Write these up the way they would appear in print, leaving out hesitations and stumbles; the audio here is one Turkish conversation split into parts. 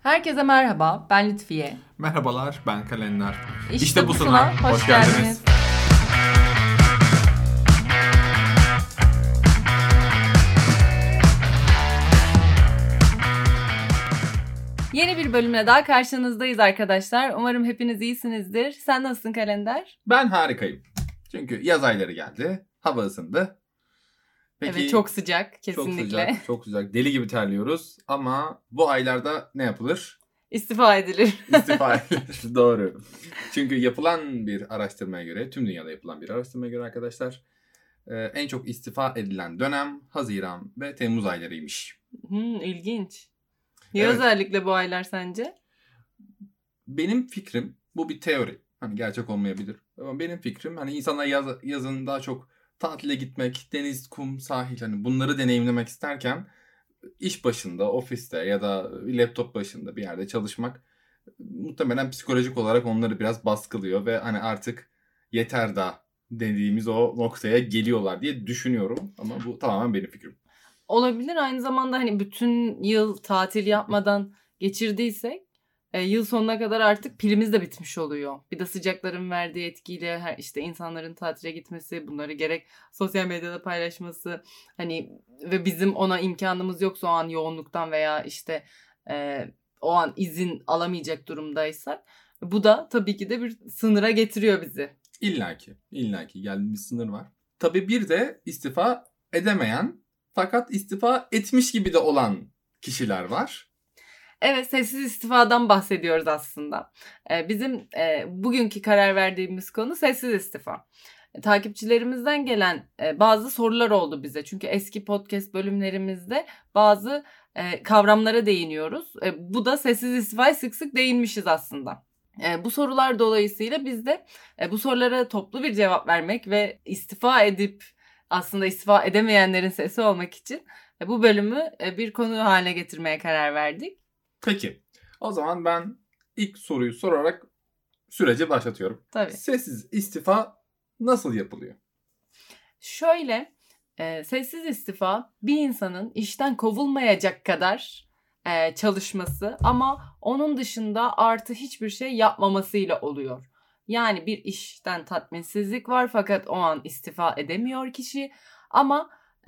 Herkese merhaba, ben Lütfiye. Merhabalar, ben Kalender. İşte bu suna hoş geldiniz. Yeni bir bölümle daha karşınızdayız arkadaşlar. Umarım hepiniz iyisinizdir. Sen nasılsın Kalender? Ben harikayım. Çünkü yaz ayları geldi, hava ısındı. Peki, evet, çok sıcak kesinlikle. Çok sıcak. Deli gibi terliyoruz ama bu aylarda ne yapılır? İstifa edilir. İstifa edilir, doğru. Çünkü yapılan bir araştırmaya göre, tüm dünyada yapılan bir araştırmaya göre arkadaşlar, en çok istifa edilen dönem Haziran ve Temmuz aylarıymış. İlginç. Ya evet. Özellikle bu aylar sence? Benim fikrim, bu bir teori. Hani gerçek olmayabilir. Ama benim fikrim hani insanlar yazın daha çok tatile gitmek, deniz, kum, sahil hani bunları deneyimlemek isterken iş başında, ofiste ya da laptop başında bir yerde çalışmak muhtemelen psikolojik olarak onları biraz baskılıyor ve hani artık yeter da dediğimiz o noktaya geliyorlar diye düşünüyorum. Ama bu tamamen benim fikrim. Olabilir. Aynı zamanda hani bütün yıl tatil yapmadan geçirdiysek yıl sonuna kadar artık pilimiz de bitmiş oluyor. Bir de sıcakların verdiği etkiyle işte insanların tatile gitmesi, bunları gerek sosyal medyada paylaşması hani ve bizim ona imkanımız yoksa o an yoğunluktan veya işte o an izin alamayacak durumdaysak bu da tabii ki de bir sınıra getiriyor bizi. İllaki geldiğimiz sınır var. Tabii bir de istifa edemeyen fakat istifa etmiş gibi de olan kişiler var. Evet, sessiz istifadan bahsediyoruz aslında. Bizim bugünkü karar verdiğimiz konu sessiz istifa. Takipçilerimizden gelen bazı sorular oldu bize. Çünkü eski podcast bölümlerimizde bazı kavramlara değiniyoruz. Bu da sessiz istifaya sık sık değinmişiz aslında. Bu sorular dolayısıyla biz de bu sorulara toplu bir cevap vermek ve istifa edip aslında istifa edemeyenlerin sesi olmak için bu bölümü bir konu haline getirmeye karar verdik. Peki, o zaman ben ilk soruyu sorarak süreci başlatıyorum. Tabii. Sessiz istifa nasıl yapılıyor? Şöyle, sessiz istifa bir insanın işten kovulmayacak kadar çalışması ama onun dışında artı hiçbir şey yapmamasıyla oluyor. Yani bir işten tatminsizlik var fakat o an istifa edemiyor kişi ama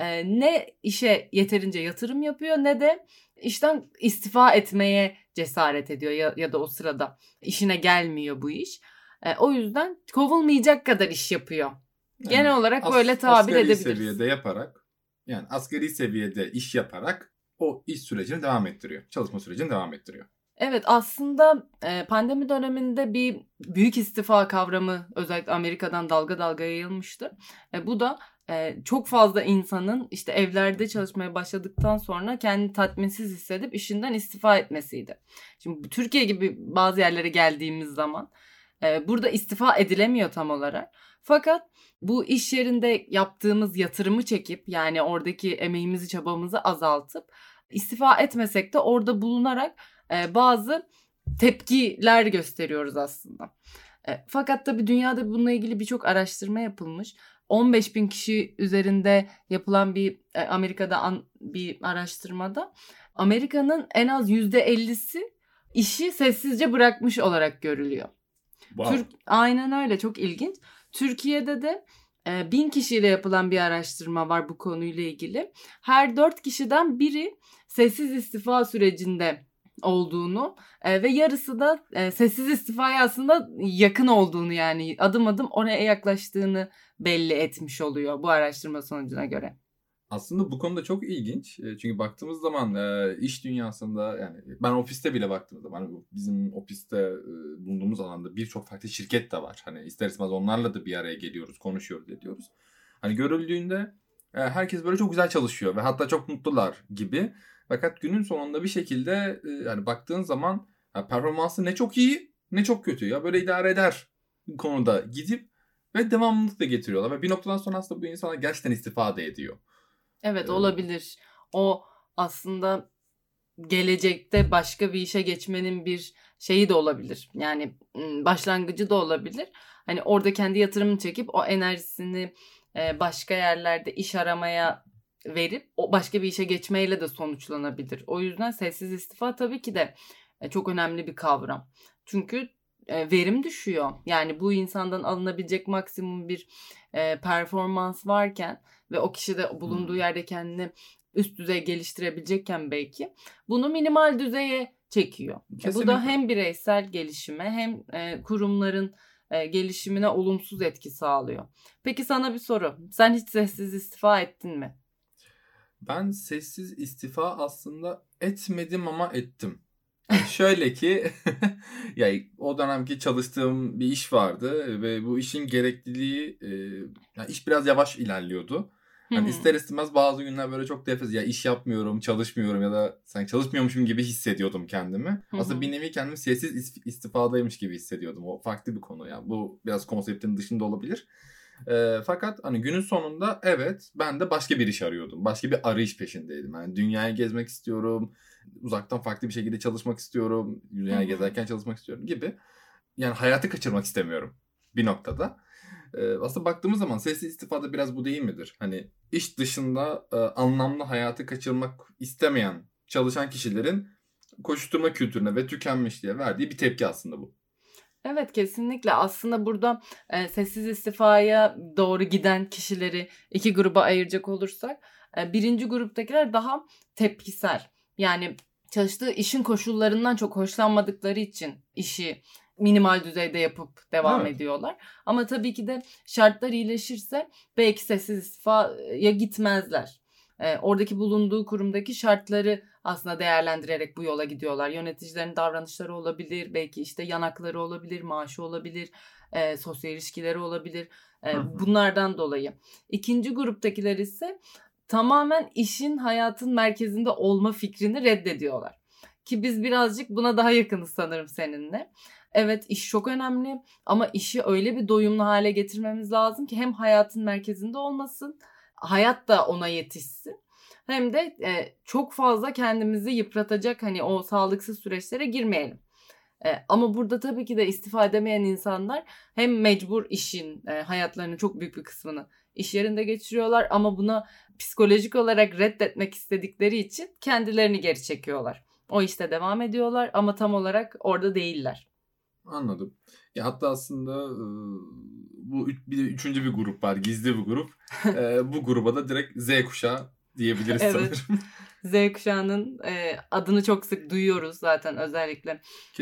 ne işe yeterince yatırım yapıyor ne de işten istifa etmeye cesaret ediyor ya da o sırada işine gelmiyor bu iş. O yüzden kovulmayacak kadar iş yapıyor. Genel yani olarak böyle tabir edebiliriz. Asgari seviyede yaparak, yani asgari seviyede iş yaparak o iş sürecini devam ettiriyor. Çalışma sürecini devam ettiriyor. Evet, aslında pandemi döneminde bir büyük istifa kavramı özellikle Amerika'dan dalga dalga yayılmıştı. Bu da çok fazla insanın işte evlerde çalışmaya başladıktan sonra kendini tatminsiz hissedip işinden istifa etmesiydi. Şimdi Türkiye gibi bazı yerlere geldiğimiz zaman burada istifa edilemiyor tam olarak. Fakat bu iş yerinde yaptığımız yatırımı çekip yani oradaki emeğimizi çabamızı azaltıp istifa etmesek de orada bulunarak bazı tepkiler gösteriyoruz aslında. Fakat tabii dünyada bununla ilgili birçok araştırma yapılmış. 15.000 kişi üzerinde yapılan bir Amerika'da bir araştırmada Amerika'nın en az %50'si işi sessizce bırakmış olarak görülüyor. Wow. Aynen öyle, çok ilginç. Türkiye'de de 1000 kişiyle yapılan bir araştırma var bu konuyla ilgili. Her 4 kişiden biri sessiz istifa sürecinde olduğunu ve yarısı da sessiz istifaya aslında yakın olduğunu yani adım adım oraya yaklaştığını belli etmiş oluyor bu araştırma sonucuna göre. Aslında bu konuda çok ilginç. Çünkü baktığımız zaman iş dünyasında yani ben ofiste bile baktığımız zaman bizim ofiste bulunduğumuz alanda birçok farklı şirket de var. Hani ister istemez onlarla da bir araya geliyoruz, konuşuyoruz, ediyoruz. Hani görüldüğünde herkes böyle çok güzel çalışıyor ve hatta çok mutlular gibi. Fakat günün sonunda bir şekilde yani baktığın zaman performansı ne çok iyi ne çok kötü ya böyle idare eder konuda gidip ve devamlılık da getiriyorlar. Ve bir noktadan sonra aslında bu insanlar gerçekten istifa da ediyor. Evet, olabilir. O aslında gelecekte başka bir işe geçmenin bir şeyi de olabilir. Yani başlangıcı da olabilir. Hani orada kendi yatırımını çekip o enerjisini başka yerlerde iş aramaya verip o başka bir işe geçmeyle de sonuçlanabilir. O yüzden sessiz istifa tabii ki de çok önemli bir kavram. Çünkü verim düşüyor. Yani bu insandan alınabilecek maksimum bir performans varken ve o kişi de bulunduğu yerde kendini üst düzey geliştirebilecekken belki bunu minimal düzeye çekiyor. Bu da hem bireysel gelişime hem kurumların gelişimine olumsuz etki sağlıyor. Peki sana bir soru. Sen hiç sessiz istifa ettin mi? Ben sessiz istifa aslında etmedim ama ettim. Yani şöyle ki yani o dönemki çalıştığım bir iş vardı ve bu işin gerekliliği yani iş biraz yavaş ilerliyordu. Hani ister istemez bazı günler böyle çok defes ya iş yapmıyorum, çalışmıyorum ya da sanki çalışmıyormuşum gibi hissediyordum kendimi. Aslında bir nevi kendimi sessiz istifadaymış gibi hissediyordum. O farklı bir konu yani. Bu biraz konseptin dışında olabilir. Fakat hani günün sonunda evet ben de başka bir iş arıyordum. Başka bir arayış peşindeydim. Yani dünyayı gezmek istiyorum. Uzaktan farklı bir şekilde çalışmak istiyorum. Dünyayı gezerken çalışmak istiyorum gibi. Yani hayatı kaçırmak istemiyorum bir noktada. Aslında baktığımız zaman sessiz istifada biraz bu değil midir? Hani iş dışında anlamlı hayatı kaçırmak istemeyen çalışan kişilerin koşturma kültürüne ve tükenmişliğe verdiği bir tepki aslında bu. Evet, kesinlikle. Aslında burada sessiz istifaya doğru giden kişileri iki gruba ayıracak olursak birinci gruptakiler daha tepkisel. Yani çalıştığı işin koşullarından çok hoşlanmadıkları için işi minimal düzeyde yapıp devam ediyorlar. Ama tabii ki de şartlar iyileşirse belki sessiz istifaya gitmezler. Oradaki bulunduğu kurumdaki şartları aslında değerlendirerek bu yola gidiyorlar. Yöneticilerin davranışları olabilir, belki işte yanakları olabilir, maaşı olabilir, sosyal ilişkileri olabilir. Bunlardan dolayı. İkinci gruptakiler ise tamamen işin hayatın merkezinde olma fikrini reddediyorlar. Ki biz birazcık buna daha yakınız sanırım seninle. Evet, iş çok önemli ama işi öyle bir doyumlu hale getirmemiz lazım ki hem hayatın merkezinde olmasın, hayat da ona yetişsin. Hem de çok fazla kendimizi yıpratacak hani o sağlıksız süreçlere girmeyelim. Ama burada tabii ki de istifa edemeyen insanlar hem mecbur işin hayatlarının çok büyük bir kısmını iş yerinde geçiriyorlar ama buna psikolojik olarak reddetmek istedikleri için kendilerini geri çekiyorlar. O işte devam ediyorlar ama tam olarak orada değiller. Anladım. Ya hatta aslında bu bir de üçüncü bir grup var. Gizli bir grup. Bu gruba da direkt Z kuşağı diyebiliriz evet. sanırım. Z kuşağının adını çok sık duyuyoruz zaten özellikle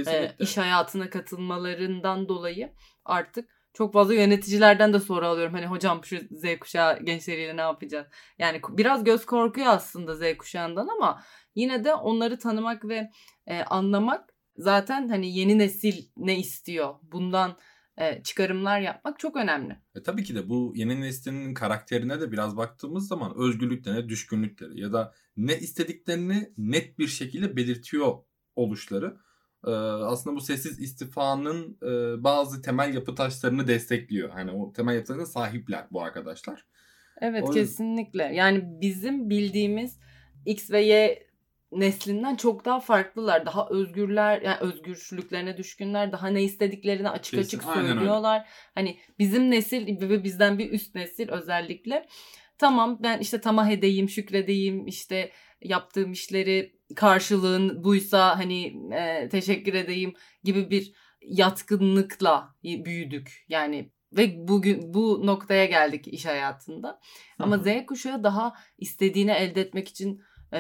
iş hayatına katılmalarından dolayı artık çok fazla yöneticilerden de soru alıyorum. Hani hocam şu Z kuşağı gençleriyle ne yapacağız? Yani biraz göz korkuyor aslında Z kuşağından ama yine de onları tanımak ve anlamak zaten hani yeni nesil ne istiyor? Bundan çıkarımlar yapmak çok önemli. Tabii ki de bu yeni neslin karakterine de biraz baktığımız zaman özgürlüklerine, düşkünlükleri ya da ne istediklerini net bir şekilde belirtiyor oluşları. Aslında bu sessiz istifanın bazı temel yapı taşlarını destekliyor. Hani o temel yapı taşlarına sahipler bu arkadaşlar. Evet, kesinlikle. Yani bizim bildiğimiz X ve Y neslinden çok daha farklılar. Daha özgürler, yani özgürlüklerine düşkünler. Daha ne istediklerini açık açık söylüyorlar. Hani bizim nesil ve bizden bir üst nesil özellikle. Tamam, ben işte tamah edeyim, şükredeyim, işte yaptığım işleri karşılığın buysa hani teşekkür edeyim gibi bir yatkınlıkla büyüdük. Yani ve bugün bu noktaya geldik iş hayatında. Ama Z kuşağı daha istediğini elde etmek için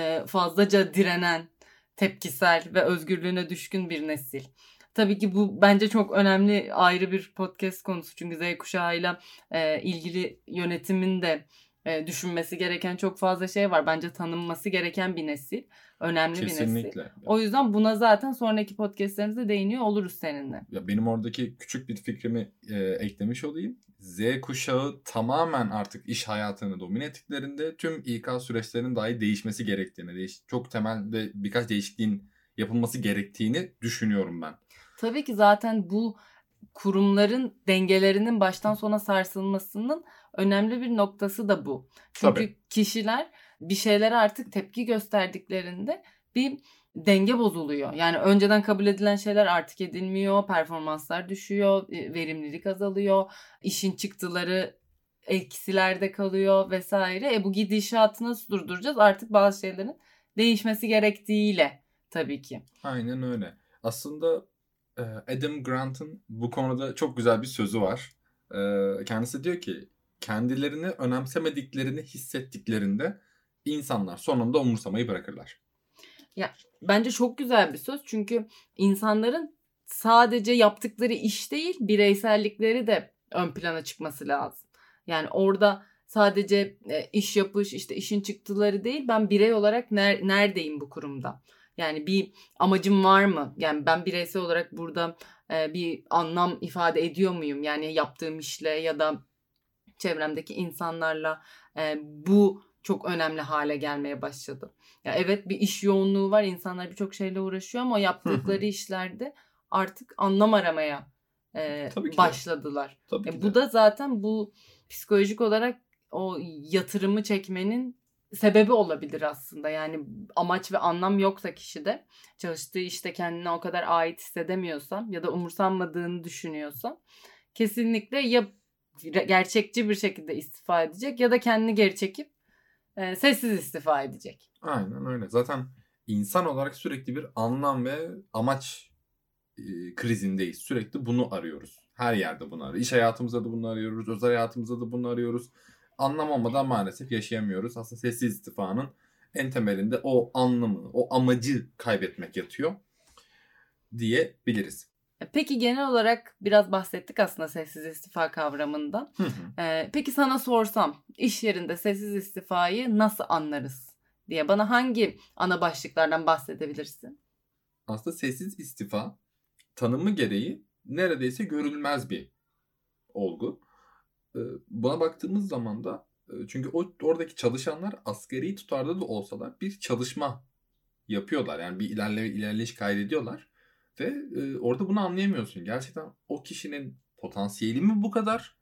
fazlaca direnen, tepkisel ve özgürlüğüne düşkün bir nesil. Tabii ki bu bence çok önemli ayrı bir podcast konusu. Çünkü Z kuşağıyla ilgili yönetimin de düşünmesi gereken çok fazla şey var. Bence tanınması gereken bir nesil. Önemli Kesinlikle. Bir nesil. O yüzden buna zaten sonraki podcastlerimizde değiniyor oluruz seninle. Ya benim oradaki küçük bir fikrimi eklemiş olayım. Z kuşağı tamamen artık iş hayatını domine ettiklerinde tüm İK süreçlerinin dahi değişmesi gerektiğini, çok temelde birkaç değişikliğin yapılması gerektiğini düşünüyorum ben. Tabii ki zaten bu kurumların dengelerinin baştan sona sarsılmasının önemli bir noktası da bu. Çünkü kişiler bir şeylere artık tepki gösterdiklerinde bir denge bozuluyor. Yani önceden kabul edilen şeyler artık edilmiyor, performanslar düşüyor, verimlilik azalıyor, işin çıktıları eksilerde kalıyor vesaire. Bu gidişatı nasıl durduracağız? Artık bazı şeylerin değişmesi gerektiğiyle tabii ki. Aynen öyle. Aslında Adam Grant'ın bu konuda çok güzel bir sözü var. Kendisi diyor ki kendilerini önemsemediklerini hissettiklerinde insanlar sonunda umursamayı bırakırlar. Ya bence çok güzel bir söz çünkü insanların sadece yaptıkları iş değil bireysellikleri de ön plana çıkması lazım. Yani orada sadece iş yapış işte işin çıktıları değil ben birey olarak neredeyim bu kurumda? Yani bir amacım var mı? Yani ben bireysel olarak burada bir anlam ifade ediyor muyum? Yani yaptığım işle ya da çevremdeki insanlarla bu çok önemli hale gelmeye başladı. Ya evet bir iş yoğunluğu var. İnsanlar birçok şeyle uğraşıyor ama yaptıkları işlerde artık anlam aramaya başladılar. Tabii ki Bu de. da zaten bu psikolojik olarak o yatırımı çekmenin sebebi olabilir aslında. Yani amaç ve anlam yoksa kişide çalıştığı işte kendine o kadar ait hissedemiyorsa ya da umursanmadığını düşünüyorsa kesinlikle ya gerçekçi bir şekilde istifa edecek ya da kendini geri çekip sessiz istifa edecek. Aynen öyle. Zaten insan olarak sürekli bir anlam ve amaç krizindeyiz. Sürekli bunu arıyoruz. Her yerde bunu arıyoruz. İş hayatımızda da bunu arıyoruz. Özel hayatımızda da bunu arıyoruz. Anlam olmadan maalesef yaşayamıyoruz. Aslında sessiz istifanın en temelinde o anlamı, o amacı kaybetmek yatıyor diyebiliriz. Peki genel olarak biraz bahsettik aslında sessiz istifa kavramından. Peki sana sorsam iş yerinde sessiz istifayı nasıl anlarız diye bana hangi ana başlıklardan bahsedebilirsin? Aslında sessiz istifa tanımı gereği neredeyse görülmez bir olgu. Buna baktığımız zaman da çünkü oradaki çalışanlar asgari tutarda da olsalar bir çalışma yapıyorlar. Yani bir ilerleyiş kaydediyorlar. Ve orada bunu anlayamıyorsun. Gerçekten o kişinin potansiyeli mi bu kadar?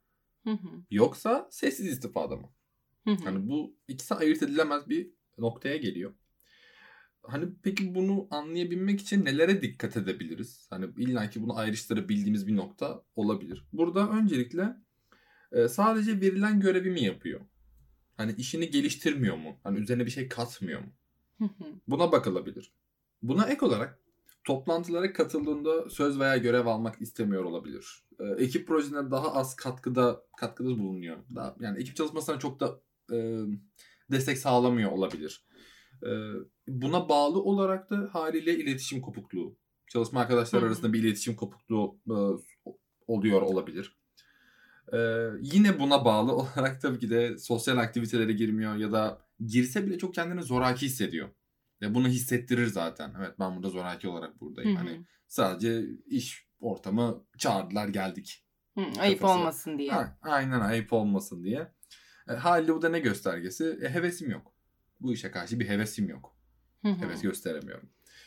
Yoksa sessiz istifada mı? Hani bu ikisi ayırt edilemez bir noktaya geliyor. Hani peki bunu anlayabilmek için nelere dikkat edebiliriz? Hani illaki bunu ayrıştırabildiğimiz bir nokta olabilir. Burada öncelikle sadece verilen görevi mi yapıyor? Hani işini geliştirmiyor mu? Hani üzerine bir şey katmıyor mu? Buna bakılabilir. Buna ek olarak toplantılara katıldığında söz veya görev almak istemiyor olabilir. Ekip projelerine daha az katkıda bulunuyor. Yani ekip çalışmasına çok da destek sağlamıyor olabilir. Buna bağlı olarak da haliyle iletişim kopukluğu. Çalışma arkadaşlar arasında bir iletişim kopukluğu oluyor olabilir. Yine buna bağlı olarak tabii ki de sosyal aktivitelere girmiyor ya da girse bile çok kendini zoraki hissediyor. Ve bunu hissettirir zaten. Evet ben burada zoraki olarak buradayım. Hani sadece iş ortamı çağırdılar geldik. Ayıp olmasın diye. Aynen ayıp olmasın diye. Haliyle bu da ne göstergesi? Hevesim yok. Bu işe karşı bir hevesim yok. Heves gösteremiyorum.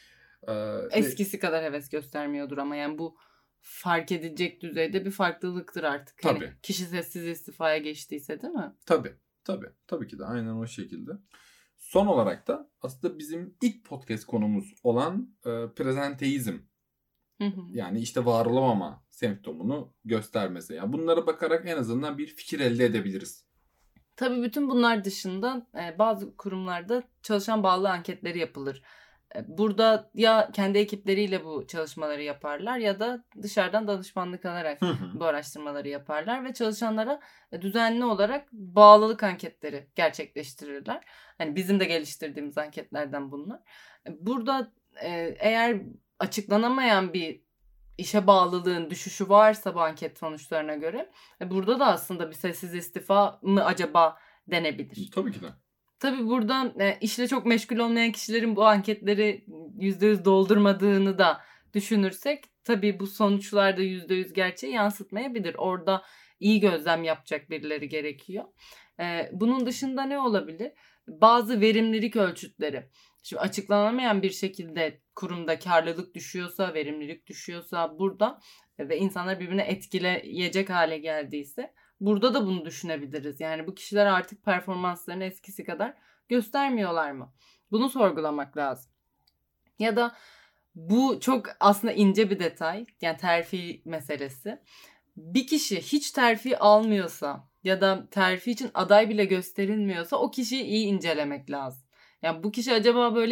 Eskisi kadar heves göstermiyordur ama yani bu fark edilecek düzeyde bir farklılıktır artık. Tabii. Hani kişi sessiz istifaya geçtiyse değil mi? Tabii ki de aynen o şekilde. Son olarak da aslında bizim ilk podcast konumuz olan prezenteizm. Yani işte var olamama semptomunu göstermesi. Yani bunlara bakarak en azından bir fikir elde edebiliriz. Tabii bütün bunlar dışında bazı kurumlarda çalışan bağlı anketleri yapılır. Burada ya kendi ekipleriyle bu çalışmaları yaparlar ya da dışarıdan danışmanlık alarak bu araştırmaları yaparlar ve çalışanlara düzenli olarak bağlılık anketleri gerçekleştirirler. Hani bizim de geliştirdiğimiz anketlerden bunlar. Burada eğer açıklanamayan bir işe bağlılığın düşüşü varsa bu anket sonuçlarına göre burada da aslında bir sessiz istifa mı acaba denebilir. Tabii ki de. Tabii buradan işle çok meşgul olmayan kişilerin bu anketleri %100 doldurmadığını da düşünürsek tabii bu sonuçlar da %100 gerçeği yansıtmayabilir. Orada iyi gözlem yapacak birileri gerekiyor. Bunun dışında ne olabilir? Bazı verimlilik ölçütleri. Şimdi açıklanamayan bir şekilde kurumda karlılık düşüyorsa, verimlilik düşüyorsa burada ve insanlar birbirine etkileyecek hale geldiyse burada da bunu düşünebiliriz. Yani bu kişiler artık performanslarını eskisi kadar göstermiyorlar mı? Bunu sorgulamak lazım. Ya da bu çok aslında ince bir detay. Yani terfi meselesi. Bir kişi hiç terfi almıyorsa ya da terfi için aday bile gösterilmiyorsa o kişiyi iyi incelemek lazım. Yani bu kişi acaba böyle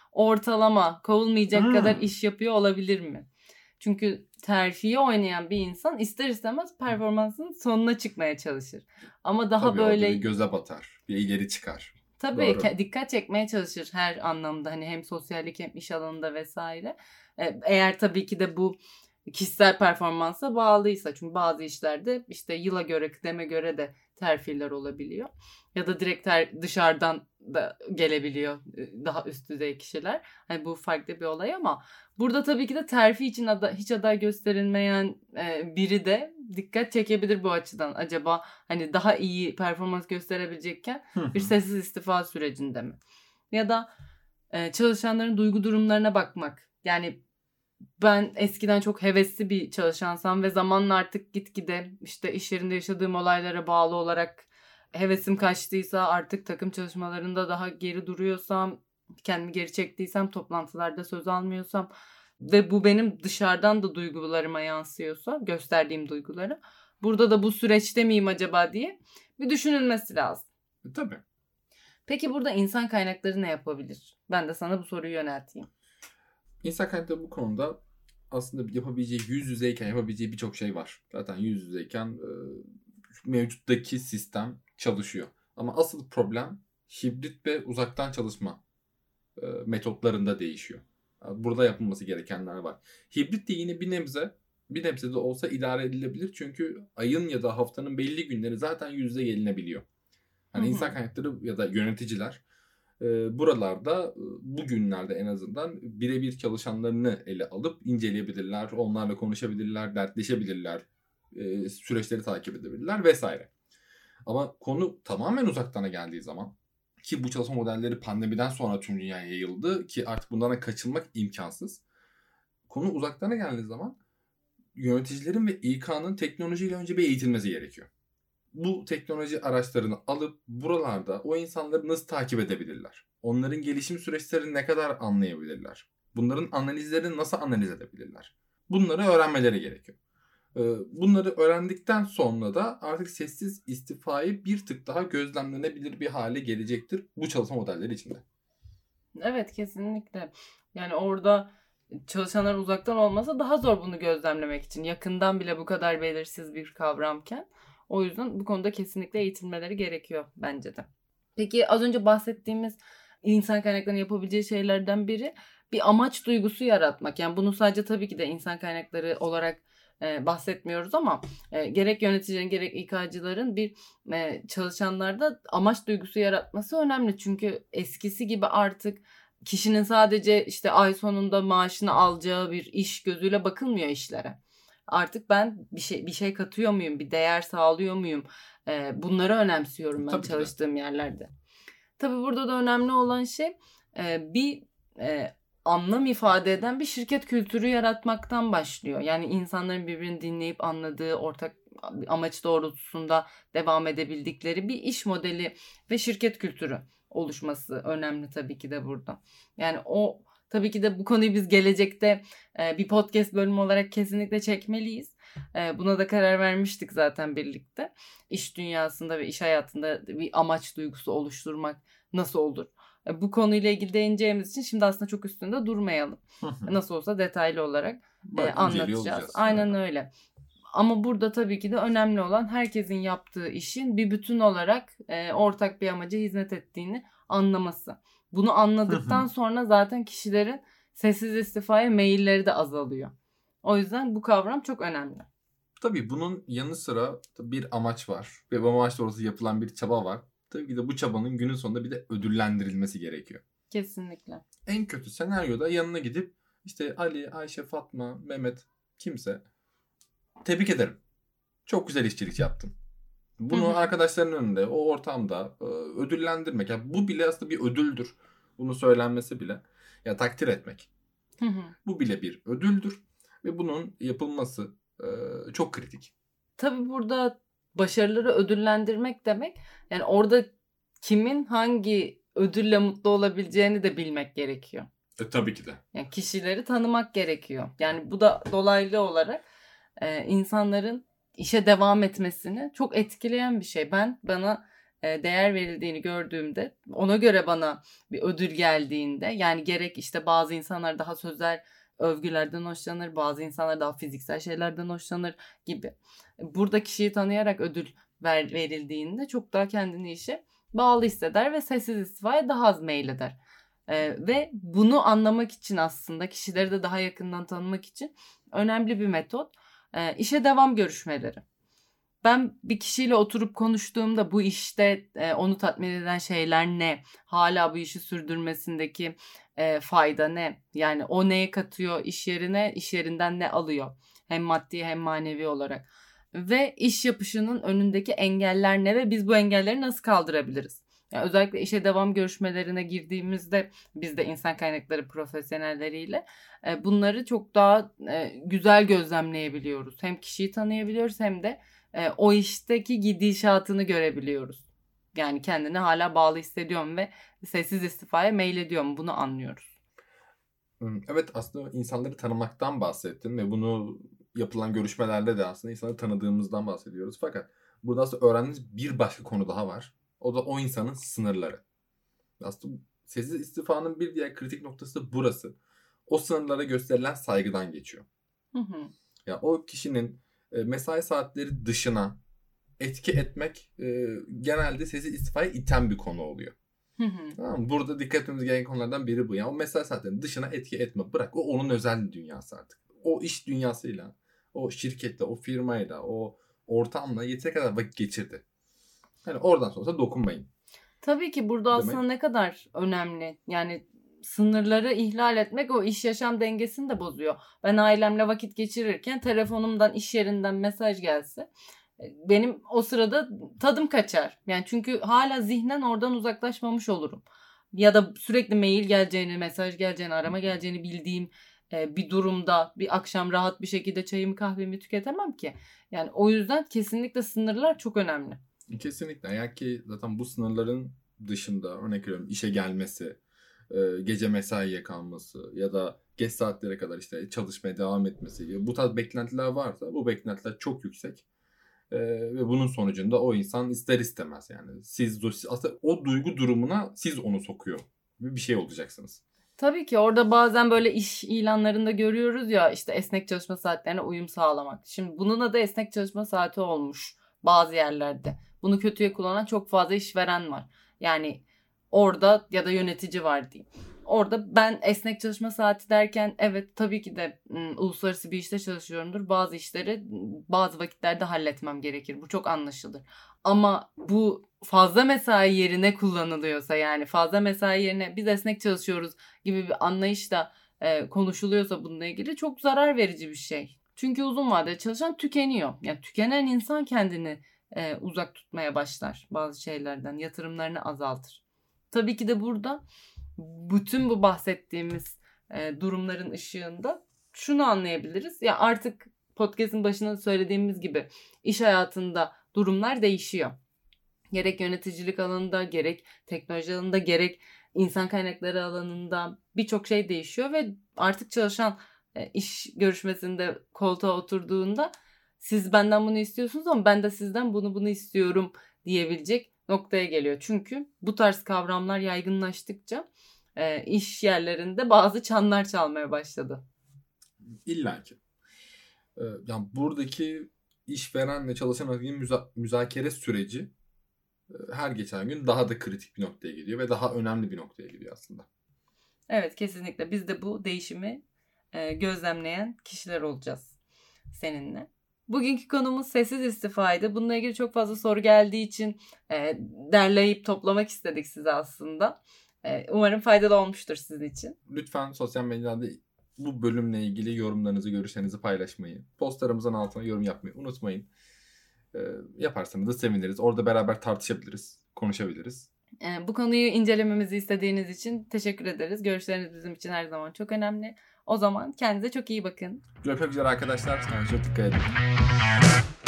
ortalama kovulmayacak kadar iş yapıyor olabilir mi? Çünkü terfiye oynayan bir insan ister istemez performansının sonuna çıkmaya çalışır. Ama daha Tabii böyle orada bir göze batar, bir ileri çıkar. tabii Doğru. dikkat çekmeye çalışır her anlamda, hani hem sosyallik hem iş alanında vesaire. Eğer tabii ki de bu kişisel performansa bağlıysa, çünkü bazı işlerde işte yıla göre, kıdeme göre de terfiler olabiliyor. Ya da direkt dışarıdan da gelebiliyor daha üst düzey kişiler. Hani bu farklı bir olay ama burada tabii ki de terfi için hiç aday gösterilmeyen biri de dikkat çekebilir bu açıdan. Acaba hani daha iyi performans gösterebilecekken bir sessiz istifa sürecinde mi? Ya da çalışanların duygu durumlarına bakmak. Yani ben eskiden çok hevesli bir çalışansam ve zamanla artık gitgide işte iş yerinde yaşadığım olaylara bağlı olarak hevesim kaçtıysa, artık takım çalışmalarında daha geri duruyorsam, kendimi geri çektiysem, toplantılarda söz almıyorsam ve bu benim dışarıdan da duygularıma yansıyorsa, gösterdiğim duyguları, burada da bu süreçte miyim acaba diye bir düşünülmesi lazım. Tabii. Peki burada insan kaynakları ne yapabilir? Ben de sana bu soruyu yönelteyim. İnsan kaynakları bu konuda aslında yapabileceği, yüz yüzeyken yapabileceği birçok şey var. Zaten yüz yüzeyken mevcuttaki sistem çalışıyor. Ama asıl problem hibrit ve uzaktan çalışma metotlarında değişiyor. Burada yapılması gerekenler var. Hibrit de yine bir nebze de olsa idare edilebilir. Çünkü ayın ya da haftanın belli günleri zaten yüz yüze gelinebiliyor. Hani insan kaynakları ya da yöneticiler buralarda bu günlerde en azından birebir çalışanlarını ele alıp inceleyebilirler, onlarla konuşabilirler, dertleşebilirler, süreçleri takip edebilirler vesaire. Ama konu tamamen uzaktana geldiği zaman, ki bu çalışma modelleri pandemiden sonra tüm dünyaya yayıldı ki artık bundan kaçınmak imkansız. Konu uzaktana geldiği zaman yöneticilerin ve İK'nın teknolojiyle önce bir eğitilmesi gerekiyor. Bu teknoloji araçlarını alıp buralarda o insanları nasıl takip edebilirler? Onların gelişim süreçlerini ne kadar anlayabilirler? Bunların analizlerini nasıl analiz edebilirler? Bunları öğrenmeleri gerekiyor. Bunları öğrendikten sonra da artık sessiz istifayı bir tık daha gözlemlenebilir bir hale gelecektir bu çalışma modelleri içinde. Evet, kesinlikle. Yani orada çalışanlar uzaktan olmasa daha zor bunu gözlemlemek için. Yakından bile bu kadar belirsiz bir kavramken. O yüzden bu konuda kesinlikle eğitilmeleri gerekiyor bence de. Peki az önce bahsettiğimiz insan kaynaklarının yapabileceği şeylerden biri bir amaç duygusu yaratmak. Yani bunu sadece tabii ki de insan kaynakları olarak bahsetmiyoruz ama gerek yöneticilerin gerek İK'cıların bir çalışanlarda amaç duygusu yaratması önemli. Çünkü eskisi gibi artık kişinin sadece işte ay sonunda maaşını alacağı bir iş gözüyle bakılmıyor işlere. Artık ben bir şey katıyor muyum, bir değer sağlıyor muyum? Bunları önemsiyorum ben çalıştığım yerlerde. Tabii burada da önemli olan şey bir anlam ifade eden bir şirket kültürü yaratmaktan başlıyor. Yani insanların birbirini dinleyip anladığı, ortak amaç doğrultusunda devam edebildikleri bir iş modeli ve şirket kültürü oluşması önemli tabii ki de burada. Yani o tabii ki de bu konuyu biz gelecekte bir podcast bölümü olarak kesinlikle çekmeliyiz. Buna da karar vermiştik zaten birlikte. İş dünyasında ve iş hayatında bir amaç duygusu oluşturmak nasıl olur? Bu konuyla ilgili değineceğimiz için şimdi aslında çok üstünde durmayalım. Nasıl olsa detaylı olarak anlatacağız. Aynen öyle. Ama burada tabii ki de önemli olan herkesin yaptığı işin bir bütün olarak ortak bir amaca hizmet ettiğini anlaması. Bunu anladıktan sonra zaten kişilerin sessiz istifaya meyilleri de azalıyor. O yüzden bu kavram çok önemli. Tabii bunun yanı sıra bir amaç var ve bu amaç doğrultusunda yapılan bir çaba var. Tabii ki de bu çabanın günün sonunda bir de ödüllendirilmesi gerekiyor. Kesinlikle. En kötü senaryoda yanına gidip işte Ali, Ayşe, Fatma, Mehmet kimse tebrik ederim. Çok güzel işçilik yaptın. Bunu arkadaşların önünde, o ortamda ödüllendirmek. Yani bu bile aslında bir ödüldür. Bunu söylenmesi bile. Ya takdir etmek. Bu bile bir ödüldür. Ve bunun yapılması çok kritik. Tabii burada başarıları ödüllendirmek demek, yani orada kimin hangi ödülle mutlu olabileceğini de bilmek gerekiyor. Tabii ki de. Yani kişileri tanımak gerekiyor. Yani bu da dolaylı olarak insanların işe devam etmesini çok etkileyen bir şey. Bana değer verildiğini gördüğümde, ona göre bana bir ödül geldiğinde, yani gerek işte bazı insanlar daha sözel övgülerden hoşlanır, bazı insanlar daha fiziksel şeylerden hoşlanır gibi. Burada kişiyi tanıyarak ödül verildiğinde çok daha kendini işe bağlı hisseder ve sessiz istifaya daha az meyleder. Ve bunu anlamak için, aslında kişileri de daha yakından tanımak için önemli bir metot işe devam görüşmeleri. Ben bir kişiyle oturup konuştuğumda bu işte onu tatmin eden şeyler ne? Hala bu işi sürdürmesindeki fayda ne? Yani o neye katıyor iş yerine, iş yerinden ne alıyor? Hem maddi hem manevi olarak. Ve iş yapışının önündeki engeller ne ve biz bu engelleri nasıl kaldırabiliriz? Yani özellikle işe devam görüşmelerine girdiğimizde biz de insan kaynakları profesyonelleriyle bunları çok daha güzel gözlemleyebiliyoruz. Hem kişiyi tanıyabiliyoruz hem de o işteki gidişatını görebiliyoruz. Yani kendini hala bağlı hissediyorum ve sessiz istifaya meylediyorum. Bunu anlıyoruz. Evet, aslında insanları tanımaktan bahsettin ve bunu yapılan görüşmelerde de aslında insanları tanıdığımızdan bahsediyoruz. Fakat burada aslında öğrendiğimiz bir başka konu daha var. O da o insanın sınırları. Aslında sessiz istifanın bir diğer kritik noktası da burası. O sınırlara gösterilen saygıdan geçiyor. Ya o kişinin mesai saatleri dışına etki etmek genelde sessiz istifaya iten bir konu oluyor. Tamam mı? Burada dikkat etmemiz gereken konulardan biri bu. Yani o mesai saatlerinin dışına etki etme. Bırak, o onun özel dünyası artık. O iş dünyasıyla, o şirketle, o firmayla, o ortamla yeteri kadar vakit geçirdi. Yani oradan sonra dokunmayın. Tabii ki burada demek aslında ne kadar önemli. Yani sınırları ihlal etmek o iş yaşam dengesini de bozuyor. Ben ailemle vakit geçirirken telefonumdan, iş yerinden mesaj gelse benim o sırada tadım kaçar. Yani çünkü hala zihnen oradan uzaklaşmamış olurum. Ya da sürekli mail geleceğini, mesaj geleceğini, arama geleceğini bildiğim bir durumda bir akşam rahat bir şekilde çayımı kahvemi tüketemem ki. Yani o yüzden kesinlikle sınırlar çok önemli. Kesinlikle. Eğer ki zaten bu sınırların dışında, örnek veriyorum, işe gelmesi, gece mesaiye kalması ya da geç saatlere kadar işte çalışmaya devam etmesi gibi bu tarz beklentiler varsa, bu beklentiler çok yüksek. Ve bunun sonucunda o insan ister istemez, yani siz aslında o duygu durumuna siz onu sokuyor gibi bir şey olacaksınız. Tabii ki orada bazen böyle iş ilanlarında görüyoruz ya, işte esnek çalışma saatlerine uyum sağlamak. Şimdi bunun adı esnek çalışma saati olmuş bazı yerlerde. Bunu kötüye kullanan çok fazla işveren var. Yani orada ya da yönetici var diyeyim. Orada ben esnek çalışma saati derken evet tabii ki de uluslararası bir işte çalışıyorumdur. Bazı işleri bazı vakitlerde halletmem gerekir. Bu çok anlaşılır. Ama bu fazla mesai yerine kullanılıyorsa, yani fazla mesai yerine biz esnek çalışıyoruz gibi bir anlayışla konuşuluyorsa bununla ilgili çok zarar verici bir şey. Çünkü uzun vadede çalışan tükeniyor. Yani tükenen insan kendini uzak tutmaya başlar bazı şeylerden. Yatırımlarını azaltır. Tabii ki de burada bütün bu bahsettiğimiz durumların ışığında şunu anlayabiliriz. Ya artık podcast'ın başında söylediğimiz gibi iş hayatında durumlar değişiyor. Gerek yöneticilik alanında, gerek teknoloji alanında, gerek insan kaynakları alanında birçok şey değişiyor ve artık çalışan iş görüşmesinde koltuğa oturduğunda siz benden bunu istiyorsunuz ama ben de sizden bunu istiyorum diyebilecek noktaya geliyor. Çünkü bu tarz kavramlar yaygınlaştıkça iş yerlerinde bazı çanlar çalmaya başladı. İlla ki. Yani buradaki işverenle çalışan arasındaki müzakere süreci her geçen gün daha da kritik bir noktaya geliyor ve daha önemli bir noktaya geliyor aslında. Evet, kesinlikle. Biz de bu değişimi gözlemleyen kişiler olacağız seninle. Bugünkü konumuz sessiz istifaydı. Bununla ilgili çok fazla soru geldiği için derleyip toplamak istedik size aslında. Umarım faydalı olmuştur sizin için. Lütfen sosyal medyada bu bölümle ilgili yorumlarınızı, görüşlerinizi paylaşmayı, postlarımızın altına yorum yapmayı unutmayın. Yaparsanız da seviniriz. Orada beraber tartışabiliriz, konuşabiliriz. Bu konuyu incelememizi istediğiniz için teşekkür ederiz. Görüşleriniz bizim için her zaman çok önemli. O zaman kendinize çok iyi bakın. Görüşmek üzere arkadaşlar. Kendinize çok dikkat edin.